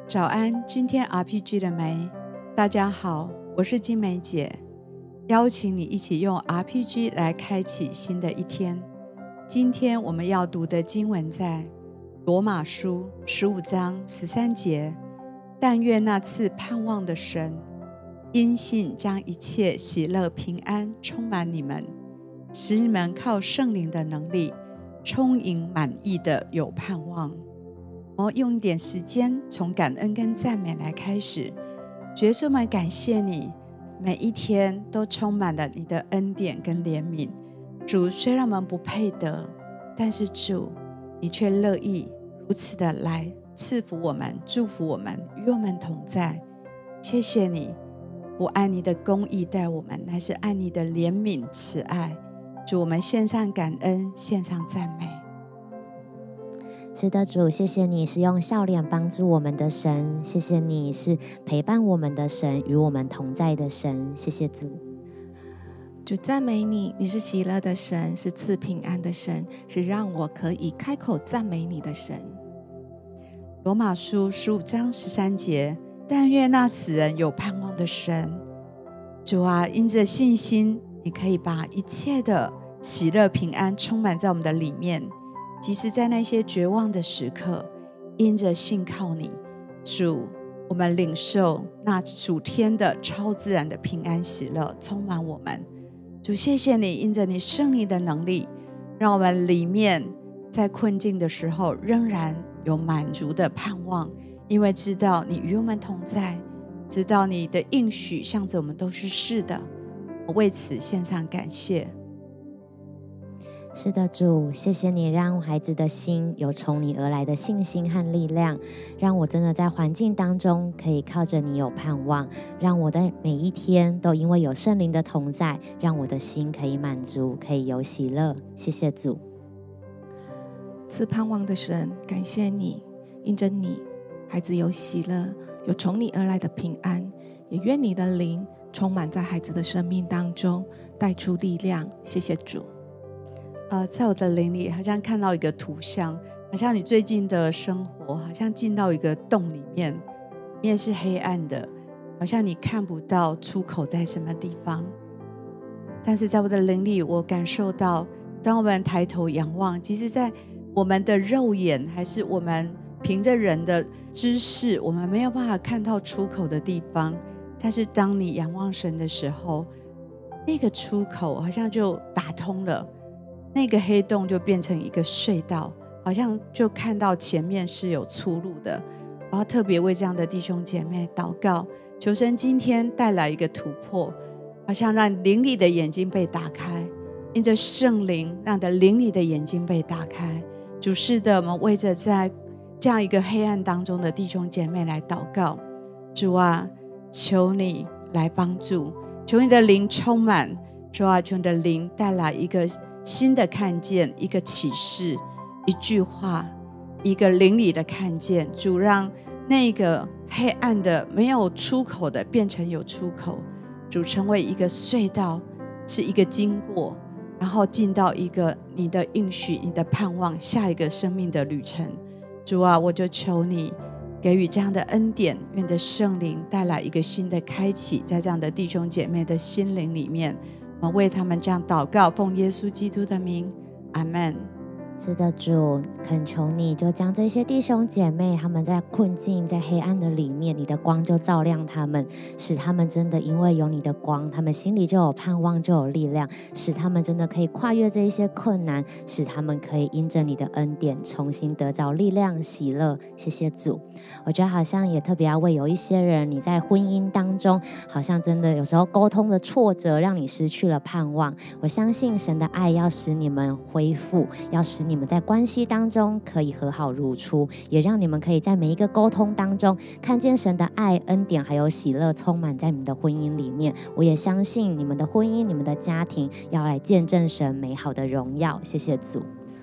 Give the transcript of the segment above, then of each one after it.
早安，今天 RPG 了没？大家好，我是金梅姐，邀请你一起用 RPG 来开启新的一天。今天我们要读的经文在罗马书15章13节，但愿那赐盼望的神，因信将一切喜乐平安充满你们，使你们靠圣灵的能力充盈满意的有盼望。我用一点时间从感恩跟赞美来开始。主耶稣，我们感谢你，每一天都充满了你的恩典跟怜悯。主，虽然我们不配得，但是主，你却乐意如此的来赐福我们，祝福我们，与我们同在。谢谢你，不按你的公义待我们，乃是按你的怜悯慈爱。主，我们献上感恩，献上赞美。 是的，主，谢谢你是用笑脸帮助我们的神，谢谢你是陪伴我们的神，与我们同在的神，谢谢主。 主，赞美你，你是喜乐的神，是赐平安的神，是让我可以开口赞美你的神。 罗马书15章13节，但愿那使人有盼望的神。主啊，因着信心，你可以把一切的喜乐平安充满在我们的里面，即使在那些绝望的时刻，因着信靠你，主，我们领受那属天的超自然的平安喜乐充满我们。主，谢谢你，因着你圣灵的能力，让我们里面在困境的时候仍然有满足的盼望，因为知道你与我们同在，知道你的应许向着我们都是是的。我为此献上感谢。 是的，主，谢谢你让孩子的心有从你而来的信心和力量，让我真的在环境当中可以靠着你有盼望，让我的每一天都因为有圣灵的同在，让我的心可以满足，可以有喜乐。谢谢主。 赐盼望的神，感谢你，因着你，孩子有喜乐，有从你而来的平安，也愿你的灵充满在孩子的生命当中，带出力量。谢谢主。 在我的灵里好像看到一个图像，好像你最近的生活好像进到一个洞里面，里面是黑暗的，好像你看不到出口在什么地方。但是在我的灵里，我感受到当我们抬头仰望，即使在我们的肉眼还是我们凭着人的知识，我们没有办法看到出口的地方，但是当你仰望神的时候，那个出口好像就打通了，那个黑洞就变成一个隧道，好像就看到前面是有出路的。我要特别为这样的弟兄姐妹祷告，求神今天带来一个突破，好像让灵里的眼睛被打开，因着圣灵让的灵里的眼睛被打开。主，是的，我们为着在这样一个黑暗当中的弟兄姐妹来祷告。主啊，求你来帮助，求你的灵充满。主啊，求你的灵带来一个新的看见，一个启示，一句话，一个灵里的看见。主，让那个黑暗的没有出口的变成有出口，主，成为一个隧道，是一个经过，然后进到一个你的应许，你的盼望，下一个生命的旅程。主啊，我就求你给予这样的恩典，愿的圣灵带来一个新的开启，在这样的弟兄姐妹的心灵里面，我们为他们这样祷告，奉耶稣基督的名，阿们。 是的，主，恳求你就将这些弟兄姐妹他们在困境在黑暗的里面，你的光就照亮他们，使他们真的因为有你的光，他们心里就有盼望，就有力量，使他们真的可以跨越这一些困难，使他们可以因着你的恩典重新得着力量喜乐。谢谢主。我觉得好像也特别要为有一些人，你在婚姻当中好像真的有时候沟通的挫折让你失去了盼望，我相信神的爱要使你们恢复，要使你们在关系当中可以和好如初，也让你们可以在每一个沟通当中看见神的爱恩典还有喜乐充满在你们的婚姻里面。我也相信你们的婚姻你们的家庭要来见证神美好的荣耀。谢谢主。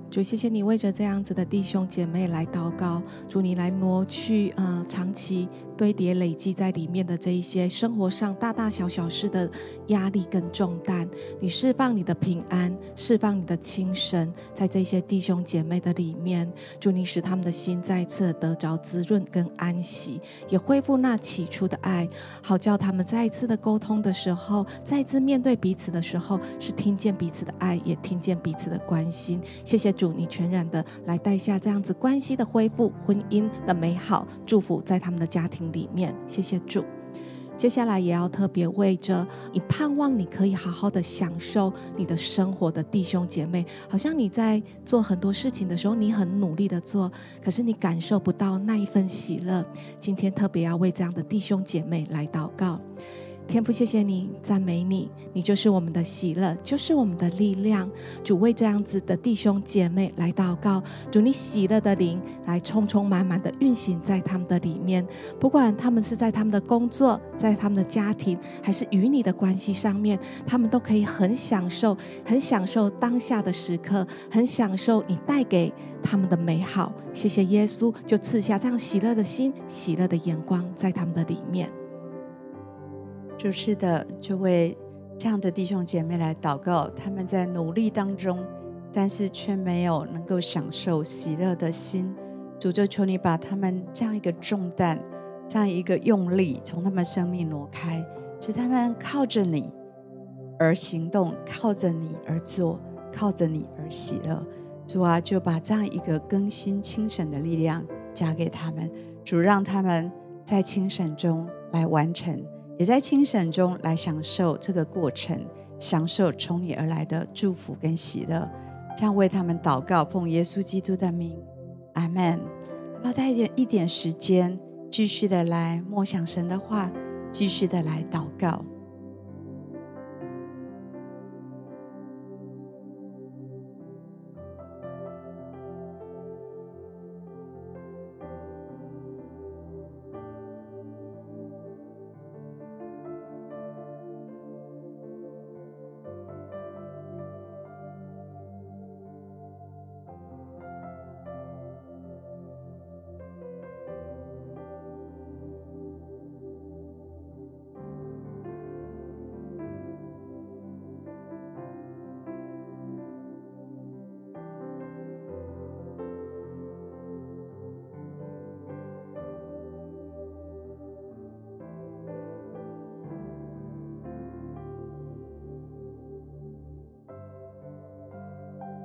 主，谢谢你为着这样子的弟兄姐妹来祷告，主，你来挪去长期堆叠累积在里面的这一些生活上大大小小事的压力跟重担，你释放你的平安，释放你的轻省在这些弟兄姐妹的里面。主，你使他们的心再次得着滋润跟安息，也恢复那起初的爱，好叫他们再一次的沟通的时候，再一次面对彼此的时候，是听见彼此的爱，也听见彼此的关心。谢谢主，你全然的来带下这样子关系的恢复，婚姻的美好祝福在他们的家庭里面。谢谢主。接下来也要特别为着你盼望你可以好好的享受你的生活的弟兄姐妹，好像你在做很多事情的时候，你很努力的做，可是你感受不到那一份喜乐。今天特别要为这样的弟兄姐妹来祷告。天父，谢谢你，赞美你，你就是我们的喜乐，就是我们的力量。主，为这样子的弟兄姐妹来祷告，主，你喜乐的灵来充充满满的运行在他们的里面，不管他们是在他们的工作，在他们的家庭，还是与你的关系上面，他们都可以很享受当下的时刻，很享受你带给他们的美好。谢谢耶稣，就赐下这样喜乐的心，喜乐的眼光在他们的里面。 主，是的，就为这样的弟兄姐妹来祷告，他们在努力当中，但是却没有能够享受喜乐的心。主，就求你把他们这样一个重担，这样一个用力从他们生命挪开，使他们靠着你而行动，靠着你而做，靠着你而喜乐。主啊，就把这样一个更新轻省的力量加给他们。主，让他们在轻省中来完成，也在轻省中来享受这个过程，享受从你而来的祝福跟喜乐。这样为他们祷告，奉耶稣基督的名，阿们。要不要再一点时间，继续的来默想神的话，继续的来祷告。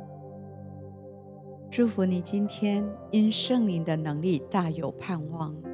祝福你今天因圣灵的能力大有盼望。